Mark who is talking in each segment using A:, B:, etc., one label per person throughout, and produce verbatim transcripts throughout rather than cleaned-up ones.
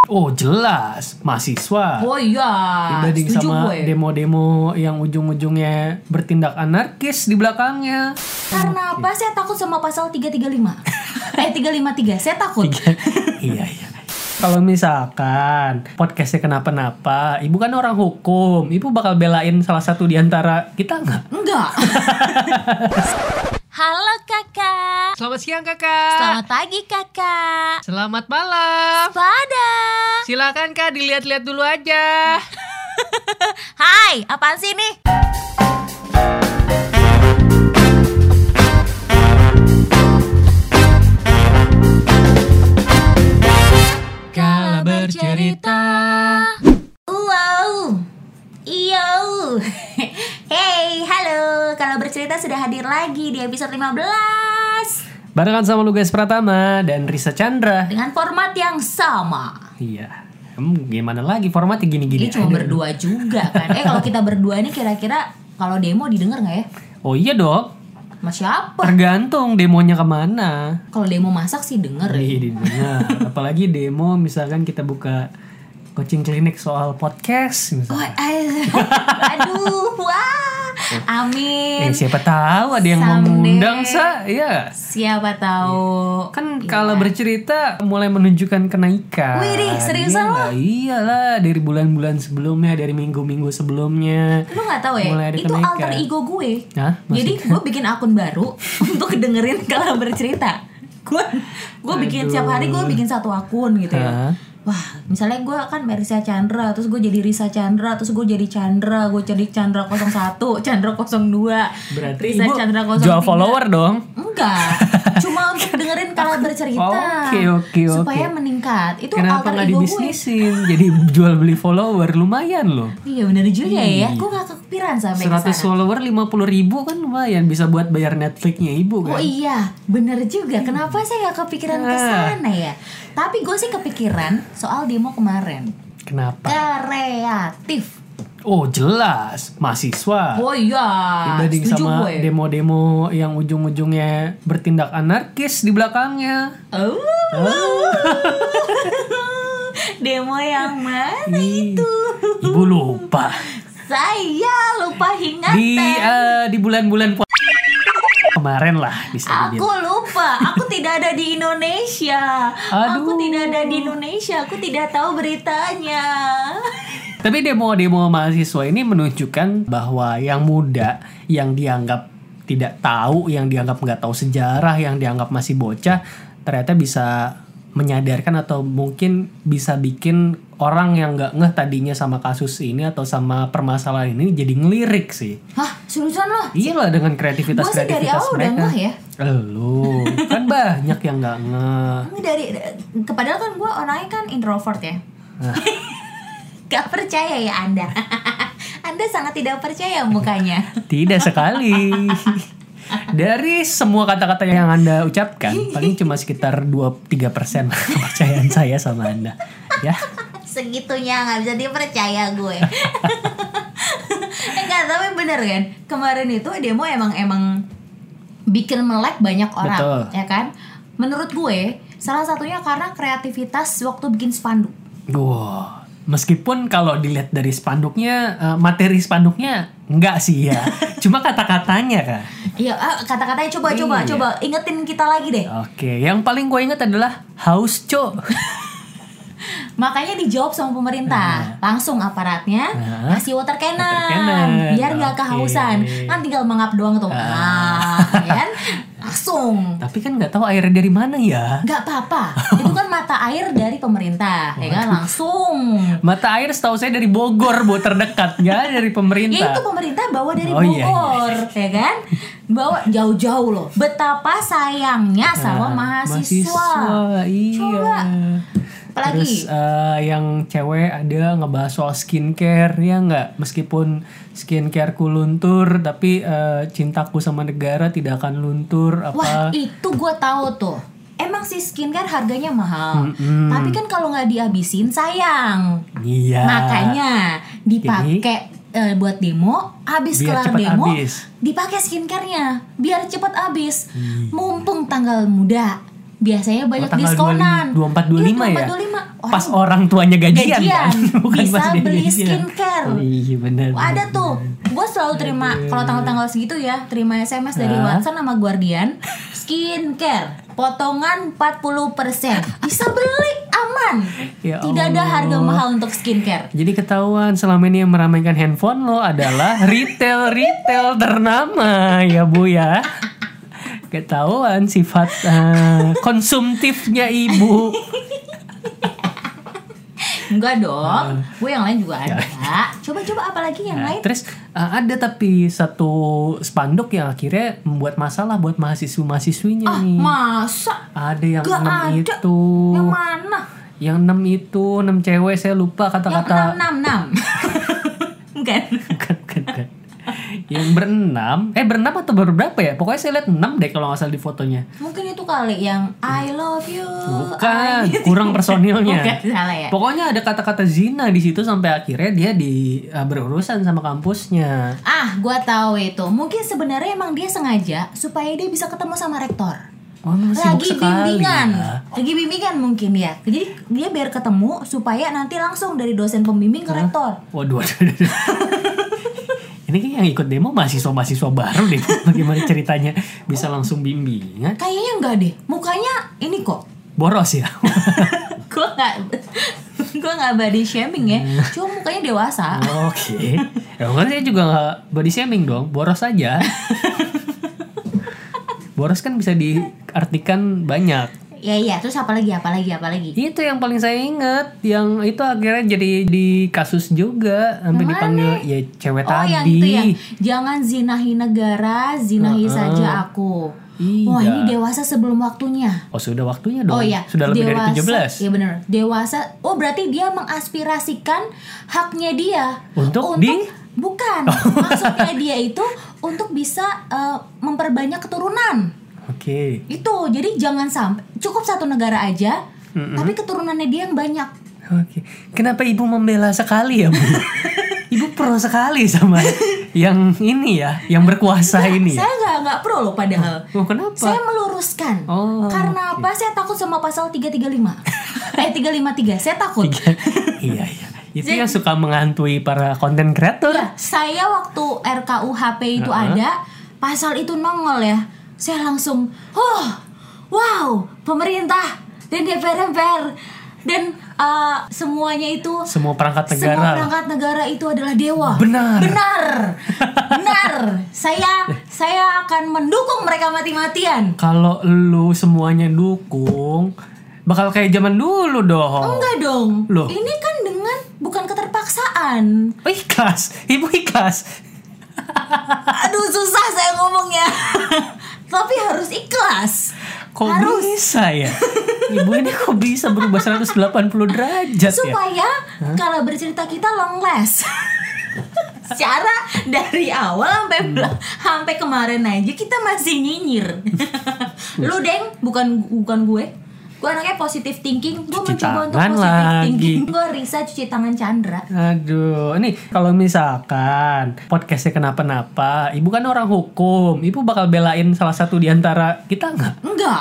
A: Oh jelas, mahasiswa.
B: Oh iya,
A: dibanding
B: setuju
A: sama
B: gue.
A: demo-demo yang ujung-ujungnya bertindak anarkis di belakangnya.
B: Karena apa? Saya takut sama pasal tiga tiga lima. eh tiga lima tiga, saya takut.
A: Iya iya. Kalau misalkan podcastnya kenapa-napa, ibu kan orang hukum, ibu bakal belain salah satu di antara kita nggak?
B: Enggak. Halo kakak.
A: Selamat siang kakak.
B: Selamat pagi kakak.
A: Selamat malam.
B: Pada.
A: Silakan kak, dilihat-lihat dulu aja.
B: Hai, apaan sih nih?
A: Kala bercerita.
B: Wow. Iyo. Hey, halo. Kalau bercerita sudah hadir lagi di episode lima belas.
A: Barengan sama Lugas Pratama dan Risa Chandra.
B: Dengan format yang sama.
A: Iya. Hmm, gimana lagi formatnya gini-gini
B: Ini cuma
A: aja.
B: berdua juga kan. Eh kalau kita berdua ini kira-kira kalau demo didengar gak ya?
A: Oh iya dong.
B: Sama siapa?
A: Tergantung demonya kemana.
B: Kalau demo masak sih denger ya.
A: Iya didengar. Apalagi demo misalkan kita buka coaching klinik soal podcast
B: Oh,
A: misalkan.
B: aduh, wah, amin.
A: Eh, siapa tahu ada yang mau
B: Someday.
A: mengundang sa, ya.
B: Siapa tahu.
A: Kan
B: Iya.
A: kalau bercerita mulai menunjukkan kenaikan.
B: Wih, seriusan
A: Iya
B: lo?
A: nggak? Iyalah dari bulan-bulan sebelumnya, dari minggu-minggu sebelumnya.
B: Lu nggak tahu ya?
A: Mulai ada
B: Itu
A: kenaikan.
B: alter ego gue.
A: Hah?
B: Jadi
A: Maksudnya?
B: gue bikin akun baru untuk dengerin kalau bercerita. Gue gue bikin
A: Aduh.
B: tiap hari gue bikin satu akun gitu ya.
A: Hah?
B: Wah, misalnya gue kan Risa Chandra, terus gue jadi Risa Chandra, terus gue jadi Chandra, gue jadi Chandra nol satu, Chandra nol dua,
A: Berarti
B: Risa
A: ibu
B: Chandra nol tiga.
A: jual follower dong.
B: Enggak, cuma untuk dengerin kalau bercerita.
A: Oke, oke, oke.
B: Supaya meningkat. Itu
A: Kenapa
B: alter
A: nggak
B: ego gue.
A: dibisnisin? Jadi jual beli follower lumayan loh.
B: Iya benar juga
A: Iya.
B: ya. Gue gak kepikiran sampai
A: seratus
B: kesana.
A: follower lima puluh ribu kan lumayan, bisa buat bayar Netflixnya ibu kan.
B: Oh iya, bener juga. Kenapa saya gak kepikiran ke sana ya? Tapi gue sih kepikiran soal demo kemarin.
A: Kenapa?
B: Kreatif.
A: Oh jelas, mahasiswa.
B: Oh iya,
A: Dibanding
B: setuju
A: sama
B: gue.
A: demo-demo yang ujung-ujungnya bertindak anarkis di belakangnya.
B: Oh. Demo yang mana
A: Ih,
B: itu?
A: Ibu lupa.
B: Saya lupa ingatan.
A: Di eh, di bulan-bulan pu- kemarin lah bisa
B: Aku
A: dibilang.
B: lupa, aku tidak ada di Indonesia. Aku
A: Aduh.
B: tidak ada di Indonesia, aku tidak tahu beritanya.
A: Tapi demo-demo mahasiswa ini menunjukkan bahwa yang muda, yang dianggap tidak tahu, yang dianggap nggak tahu sejarah, yang dianggap masih bocah, ternyata bisa menyadarkan atau mungkin bisa bikin orang yang nggak ngeh tadinya sama kasus ini atau sama permasalahan ini jadi ngelirik sih.
B: Hah, seriusan loh?
A: Iyalah dengan kreativitas
B: Gue sih dari
A: kreativitas
B: awal udah
A: mereka.
B: ngeh ya.
A: Lu kan banyak yang nggak ngeh.
B: Ini dari, padahal kan gue orangnya kan introvert ya.
A: Nah.
B: Gak percaya ya Anda. Anda sangat tidak percaya mukanya.
A: Tidak sekali. Dari semua kata-kata yang Anda ucapkan, paling cuma sekitar dua sampai tiga persen kepercayaan saya sama Anda. Ya.
B: Segitunya gak bisa dipercaya gue. Enggak, tapi bener kan. Kemarin itu demo emang emang bikin melek banyak orang.
A: Betul.
B: Ya kan. Menurut gue salah satunya karena kreativitas waktu bikin spanduk.
A: Wow. Meskipun kalau dilihat dari spanduknya, eh, materi spanduknya enggak sih ya. Cuma kata-katanya kan.
B: Iya, ah, kata-katanya coba coba
A: Iya.
B: coba ingetin kita lagi deh.
A: Oke, yang paling gue ingat adalah haus cok.
B: Makanya dijawab sama pemerintah. Langsung aparatnya
A: Nah.
B: kasih water cannon,
A: Water cannon.
B: biar nggak
A: Oke.
B: kehausan. Kan tinggal mengap doang tuh.
A: Ah.
B: Nah, ya kan? Langsung.
A: Tapi kan nggak tahu airnya dari mana ya.
B: Nggak apa-apa. Itu kan mata air dari pemerintah, ya kan? Langsung.
A: Mata air setahu saya dari Bogor, bu terdekat, nggak dari
B: Ya
A: pemerintah.
B: itu pemerintah bawa dari
A: Oh, iya,
B: Bogor, ya kan? Bawa jauh-jauh loh. Betapa sayangnya sama
A: Nah,
B: mahasiswa.
A: Iya.
B: Coba. Apalagi?
A: Terus eh, yang cewek ada ngebahas soal skincare ya nggak? Meskipun skincareku luntur, tapi eh, cintaku sama negara tidak akan luntur.
B: Wah,
A: Apa?
B: itu gue tahu tuh. Emang sih skincare harganya mahal.
A: Mm-mm.
B: Tapi kan kalau nggak dihabisin sayang.
A: Iya.
B: Makanya dipakai eh, buat demo, habis
A: Biar
B: kelar
A: cepet
B: demo,
A: habis.
B: dipakai skincarenya biar cepet habis.
A: Hmm.
B: Mumpung tanggal muda, biasanya banyak
A: Oh, tanggal
B: diskonan.
A: dua puluh empat dua puluh lima
B: Iya,
A: ya?
B: dua puluh empat dua puluh lima.
A: Pas orang tuanya gajian,
B: gajian
A: kan? Bukan
B: bisa
A: pas dia
B: beli
A: gajian.
B: skincare.
A: Oh, iya benar.
B: Ada tuh, gue selalu terima kalau tanggal-tanggal segitu ya, terima S M S dari
A: Hah?
B: WhatsApp sama Guardian, skincare potongan empat puluh persen. Bisa beli aman.
A: Ya
B: Tidak ada
A: Allah.
B: harga mahal untuk skincare.
A: Jadi ketahuan selama ini yang meramaikan handphone lo adalah retail-retail ternama ya Bu ya. Ketahuan sifat uh, konsumtifnya ibu.
B: Enggak dong, gue yang lain juga ada. Coba-coba apalagi yang
A: Nah,
B: lain.
A: terus uh, ada tapi satu spanduk yang akhirnya membuat masalah buat mahasiswa-mahasiswinya
B: Ah,
A: nih.
B: masa?
A: Ada yang
B: Gak
A: enam
B: ada.
A: itu.
B: Yang mana?
A: Yang enam itu, enam cewek saya lupa
B: Yang
A: kata-kata.
B: enam enam enam. Bukan.
A: Bukan, bukan, bukan. Yang berenam, eh berenam atau berberapa ya? Pokoknya saya lihat enam deh kalau nggak salah di fotonya.
B: Mungkin itu kali yang I love you.
A: Bukan,
B: I-
A: kurang personilnya.
B: Bukan, salah ya.
A: Pokoknya ada kata-kata zina di situ sampai akhirnya dia di uh, berurusan sama kampusnya.
B: Ah, gua tahu itu. Mungkin sebenarnya emang dia sengaja supaya dia bisa ketemu sama rektor.
A: Oh, sibuk
B: Lagi
A: sekali
B: bimbingan.
A: ya.
B: Lagi bimbingan mungkin ya. Jadi dia biar ketemu supaya nanti langsung dari dosen pembimbing ke rektor.
A: Waduh, waduh, waduh. Ini kayak yang ikut demo mahasiswa-mahasiswa baru deh. Bagaimana ceritanya bisa langsung bimbingan?
B: Kayaknya enggak deh. Mukanya ini kok.
A: Boros ya.
B: Gua nggak gua nggak body shaming ya. Cuma mukanya dewasa.
A: Oke. Ya kan saya juga nggak body shaming dong. Boros aja. Boros kan bisa diartikan banyak.
B: Ya iya, terus apa lagi? Apa lagi? Apa lagi?
A: Itu yang paling saya ingat. Yang itu akhirnya jadi di kasus juga sampai
B: Yang
A: dipanggil ya cewek
B: Oh,
A: tadi.
B: yang itu yang jangan zinahi negara, zinahi
A: Heeh.
B: saja aku.
A: Iya.
B: Wah, ini dewasa sebelum waktunya.
A: Oh, sudah waktunya dong.
B: Oh iya,
A: Sudah lebih
B: dewasa,
A: dari tujuh belas.
B: Iya benar. Dewasa. Oh, berarti dia mengaspirasikan haknya dia
A: Untuk di-
B: bukan. Maksudnya dia itu untuk bisa eh, memperbanyak keturunan.
A: Oke.
B: Itu. Jadi jangan sampai cukup satu negara aja,
A: Mm-mm.
B: tapi keturunannya dia yang banyak.
A: Oke. Kenapa ibu membela sekali ya, Bu? Ibu pro sekali sama yang ini ya, yang berkuasa ini ya.
B: Saya nggak nggak pro loh padahal.
A: Oh, kenapa?
B: Saya meluruskan.
A: Oh,
B: Karena
A: oke.
B: apa? Saya takut sama pasal tiga tiga lima. eh tiga lima tiga. Saya takut.
A: Iya, iya. Itu
B: Jadi-
A: yang suka menghantui para konten kreator.
B: Ya, saya waktu R K U H P itu
A: Uh-huh.
B: ada, pasal itu nongol ya. Saya langsung, oh, wow, pemerintah dan D P R M P R dan uh, semuanya itu
A: Semua perangkat
B: semua
A: negara.
B: perangkat negara itu adalah dewa.
A: Benar.
B: Benar. Benar. Saya saya akan mendukung mereka mati-matian.
A: Kalau lu semuanya dukung, bakal kayak zaman dulu dong.
B: Enggak dong.
A: Loh.
B: Ini kan dengan bukan keterpaksaan.
A: Oh, ikhlas. Ibu ikhlas.
B: Aduh, susah saya ngomongnya. Tapi harus ikhlas.
A: Kok
B: harus
A: bisa ya? Ibu ini kok bisa berubah seratus delapan puluh derajat ya?
B: supaya kalau bercerita kita long last. Secara dari awal sampai bela- sampai kemarin aja kita masih nyinyir. Lu Deng, bukan bukan gue. Gue anaknya positive thinking. Gue
A: Cuci
B: mencoba untuk
A: tangan
B: positive
A: lagi.
B: thinking. Gue riset cuci tangan Chandra.
A: Aduh, ini kalau misalkan podcastnya kenapa-napa, ibu kan orang hukum, ibu bakal belain salah satu di antara kita nggak?
B: Enggak.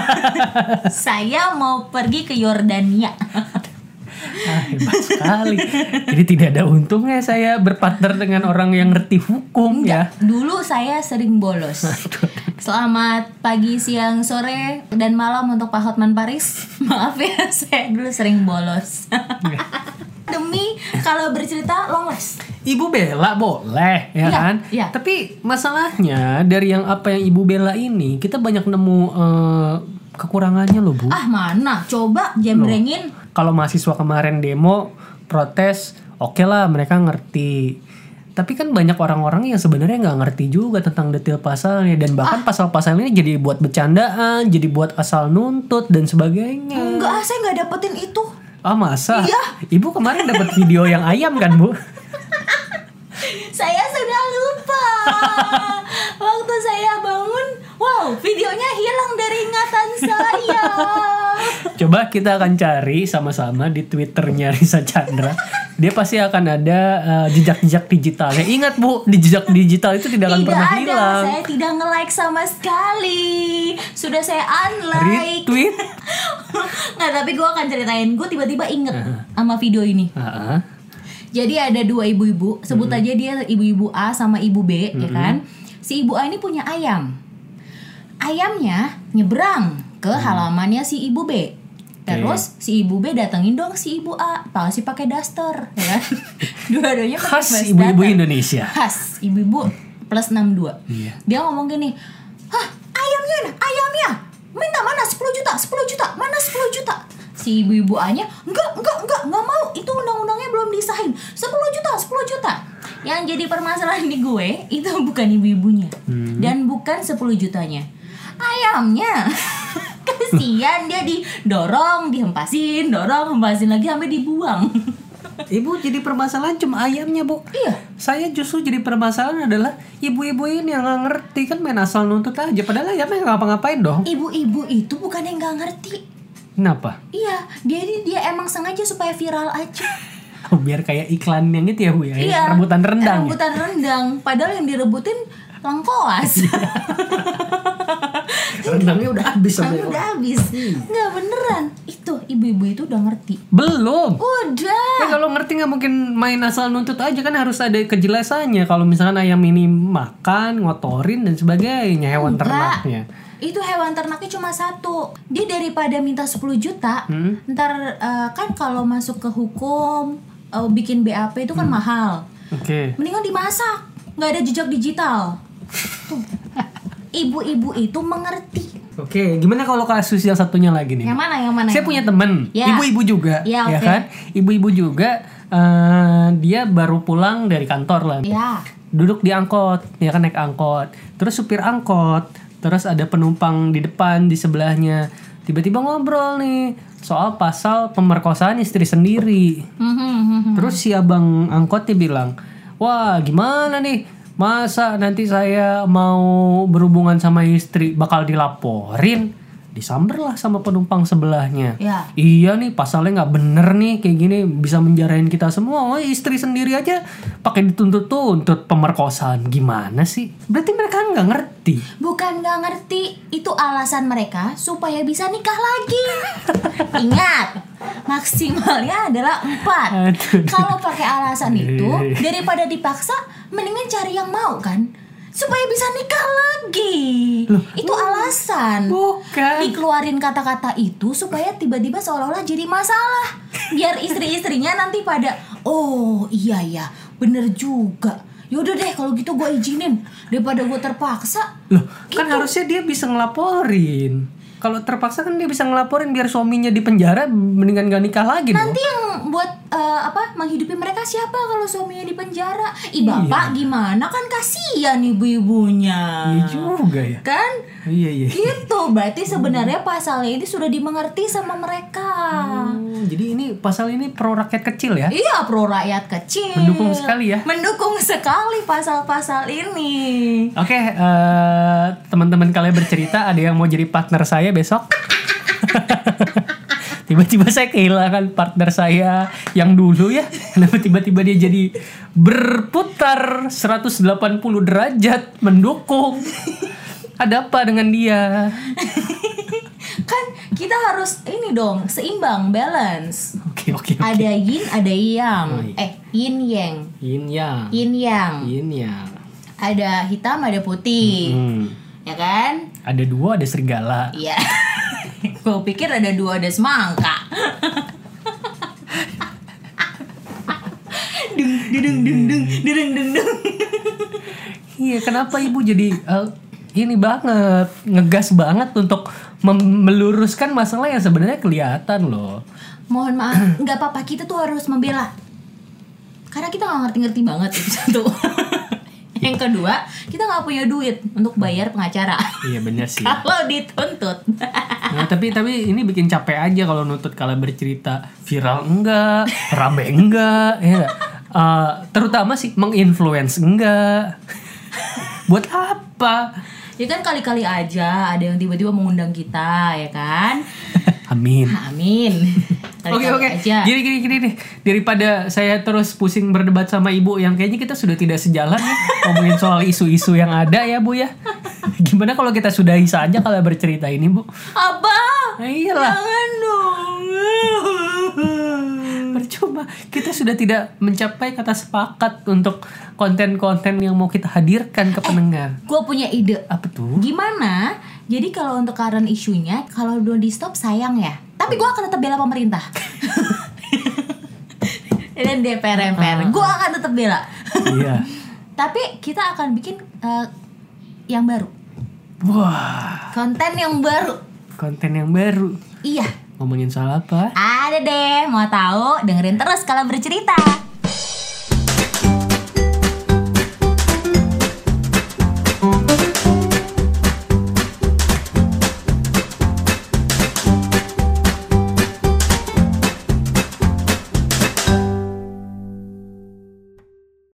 B: Saya mau pergi ke Yordania.
A: Ah, hebat sekali. Jadi tidak ada untungnya saya berpartner dengan orang yang ngerti hukum ya.
B: Dulu saya sering bolos. Selamat pagi, siang, sore, dan malam untuk Pak Hotman Paris. Maaf ya, saya dulu sering bolos. Demi kalau bercerita long last.
A: Ibu bela boleh ya
B: Iya,
A: kan?
B: iya.
A: Tapi masalahnya dari yang apa yang ibu bela ini, kita banyak nemu eh, kekurangannya loh, Bu.
B: Ah mana? Coba jembrengin.
A: Kalau mahasiswa kemarin demo protes, oke lah mereka ngerti. Tapi kan banyak orang-orang yang sebenarnya nggak ngerti juga tentang detail pasalnya, dan bahkan pasal-pasal ini jadi buat bercandaan, jadi buat asal nuntut dan sebagainya.
B: Enggak, saya nggak dapetin itu.
A: Ah masa?
B: Iya.
A: Ibu kemarin dapat video yang ayam kan, Bu?
B: Saya sudah lupa. Waktu saya bangun, wow, videonya hilang dari ingatan saya.
A: Coba kita akan cari sama-sama di Twitternya Risa Chandra. Dia pasti akan ada uh, jejak-jejak digitalnya. Ingat Bu, di jejak digital itu tidak akan
B: Tidak
A: pernah
B: ada,
A: hilang.
B: saya tidak nge-like sama sekali. Sudah saya unlike.
A: Retweet.
B: Nggak, tapi gue akan ceritain. Gue tiba-tiba inget uh-huh. sama video ini.
A: Uh-huh.
B: Jadi ada dua ibu-ibu. Sebut mm-hmm. aja dia ibu-ibu A sama ibu B, mm-hmm. ya kan. Si ibu A ini punya ayam. Ayamnya nyebrang ke mm. halamannya si ibu B. Terus okay. si ibu B datengin dong si ibu A, pasti pakai daster, ya kan? Dua-duanya pakai
A: khas ibu-ibu
B: daster.
A: Indonesia.
B: Khas ibu-ibu plus enam puluh dua.
A: Iya.
B: Dia ngomong gini, "Hah, ayamnya, ayamnya. Minta mana sepuluh juta, sepuluh juta. Mana sepuluh juta?" Si ibu-ibu A-nya, "Enggak, enggak, enggak, enggak mau. Itu undang-undangnya belum disahin. sepuluh juta, sepuluh juta." Yang jadi permasalahan di gue itu bukan ibu-ibunya hmm. dan bukan sepuluh jutanya. Ayamnya. Kasian dia didorong, dihempasin, dorong, hempasin lagi sampai dibuang.
A: Ibu jadi permasalahan cuma ayamnya Bu.
B: Iya.
A: Saya justru jadi permasalahan adalah ibu-ibu ini yang nggak ngerti, kan main asal nuntut aja. Padahal ayamnya nggak ngapa-ngapain dong.
B: Ibu-ibu itu bukan yang nggak ngerti.
A: Kenapa?
B: Iya, dia dia emang sengaja supaya viral aja.
A: Oh, biar kayak iklan yang itu ya Bu ya.
B: Iya,
A: rebutan rendang.
B: Rebutan
A: ya?
B: rendang. Padahal yang direbutin lengkoas.
A: Rendangnya udah habis
B: sampai udah habis. Nggak beneran. Itu ibu-ibu itu udah ngerti.
A: Belum.
B: Udah.
A: Ya kalau ngerti nggak mungkin main asal nuntut aja, kan harus ada kejelasannya. Kalau misalkan ayam ini makan, ngotorin dan sebagainya hewan
B: Enggak.
A: ternaknya.
B: Itu hewan ternaknya cuma satu. Dia daripada minta sepuluh juta, hmm? ntar uh, kan kalau masuk ke hukum uh, bikin B A P itu kan hmm. mahal.
A: Oke. Okay.
B: Mendingan dimasak. Nggak ada jejak digital. Tuh. Ibu-ibu itu mengerti.
A: Oke, gimana kalau kasus yang satunya lagi nih?
B: Yang mana? Yang mana?
A: Saya
B: yang
A: punya
B: mana?
A: temen,
B: ya.
A: ibu-ibu juga,
B: ya,
A: ya
B: okay.
A: kan? Ibu-ibu juga, uh, dia baru pulang dari kantor lah.
B: Ya.
A: Duduk di angkot, ya kan naik angkot. Terus supir angkot, terus ada penumpang di depan di sebelahnya. Tiba-tiba ngobrol nih soal pasal pemerkosaan istri sendiri.
B: Mm-hmm.
A: Terus si abang angkotnya bilang, wah gimana nih? Masa nanti saya mau berhubungan sama istri bakal dilaporin? Disamber lah sama penumpang sebelahnya.
B: Ya.
A: Iya nih pasalnya nggak bener nih kayak gini, bisa menjarain kita semua. Oh, istri sendiri aja pakai dituntut-tuntut pemerkosaan, gimana sih? Berarti mereka nggak ngerti.
B: Bukan nggak ngerti, itu alasan mereka supaya bisa nikah lagi. Ingat, maksimalnya adalah empat. Kalau pakai alasan itu, daripada dipaksa, mendingan cari yang mau kan, supaya bisa nikah lagi. Loh, itu alasan.
A: Bukan.
B: Dikeluarin kata-kata itu supaya tiba-tiba seolah-olah jadi masalah. Biar istri-istrinya nanti pada, oh iya ya, bener juga. Yaudah deh kalau gitu gue izinin, daripada gue terpaksa.
A: Loh,
B: gitu.
A: Kan harusnya dia bisa ngelaporin. Kalau terpaksa kan dia bisa ngelaporin biar suaminya di penjara, mendingan gak nikah lagi dong.
B: Nanti yang buat uh, apa menghidupi mereka siapa kalau suaminya di penjara? Ih bapak iya. Gimana, kan kasihan ibu-ibunya.
A: Iya juga ya.
B: Kan?
A: Iya iya.
B: Gitu, berarti sebenarnya pasalnya ini sudah dimengerti sama mereka.
A: Oh, jadi ini pasal ini pro rakyat kecil ya?
B: Iya, pro rakyat kecil.
A: Mendukung sekali ya.
B: Mendukung sekali pasal-pasal ini.
A: Oke, okay, uh, teman-teman kalian bercerita, ada yang mau jadi partner saya besok? Tiba-tiba saya kehilangan partner saya yang dulu ya. Kenapa tiba-tiba dia jadi berputar seratus delapan puluh derajat mendukung? Ada apa dengan dia?
B: Kan kita harus ini dong, seimbang, balance.
A: Oke, oke, oke.
B: Ada yin, ada yang.
A: Oh, iya.
B: Eh, yin yang.
A: Yin yang.
B: Yin yang.
A: Yin yang.
B: Ada hitam, ada putih.
A: Hmm.
B: Ya kan?
A: Ada dua, ada serigala.
B: Iya. Gue pikir ada dua, ada semangka. Dung dung dung dung dung dung dung.
A: Iya, kenapa ibu jadi uh, ini banget, ngegas banget untuk mem- meluruskan masalah yang sebenarnya kelihatan loh.
B: Mohon maaf, nggak apa-apa, kita tuh harus membela. Karena kita nggak ngerti-ngerti banget itu satu. Yang kedua, kita nggak punya duit untuk bayar pengacara.
A: Iya benar sih.
B: Kalau dituntut.
A: Nah, tapi tapi ini bikin capek aja kalau nuntut kalian bercerita viral enggak, rame enggak, ya. Uh, terutama sih menginfluence enggak. Buat apa?
B: Ya kan kali-kali aja ada yang tiba-tiba mengundang kita, ya kan?
A: Amin.
B: Amin.
A: Oke
B: Kali-kali
A: oke.
B: aja.
A: Gini gini gini deh. Daripada saya terus pusing berdebat sama ibu yang kayaknya kita sudah tidak sejalan ya ngomongin soal isu-isu yang ada ya bu ya. Gimana kalau kita sudahi saja kalau bercerita ini bu?
B: Apa?
A: Nah, iyalah.
B: Jangan dong.
A: Percuma. Kita sudah tidak mencapai kata sepakat untuk konten-konten yang mau kita hadirkan ke pendengar.
B: Gue punya ide.
A: Apa tuh?
B: Gimana? Jadi kalau untuk current isunya, kalau don't di stop sayang ya. Tapi gue akan tetap bela pemerintah. Dan D P R M P R, gue akan tetap bela.
A: Iya.
B: Tapi kita akan bikin uh, yang baru.
A: Wah.
B: Konten yang baru.
A: Konten yang baru.
B: Iya.
A: Ngomongin soal apa?
B: Ada deh. Mau tahu? Dengerin terus kalau bercerita.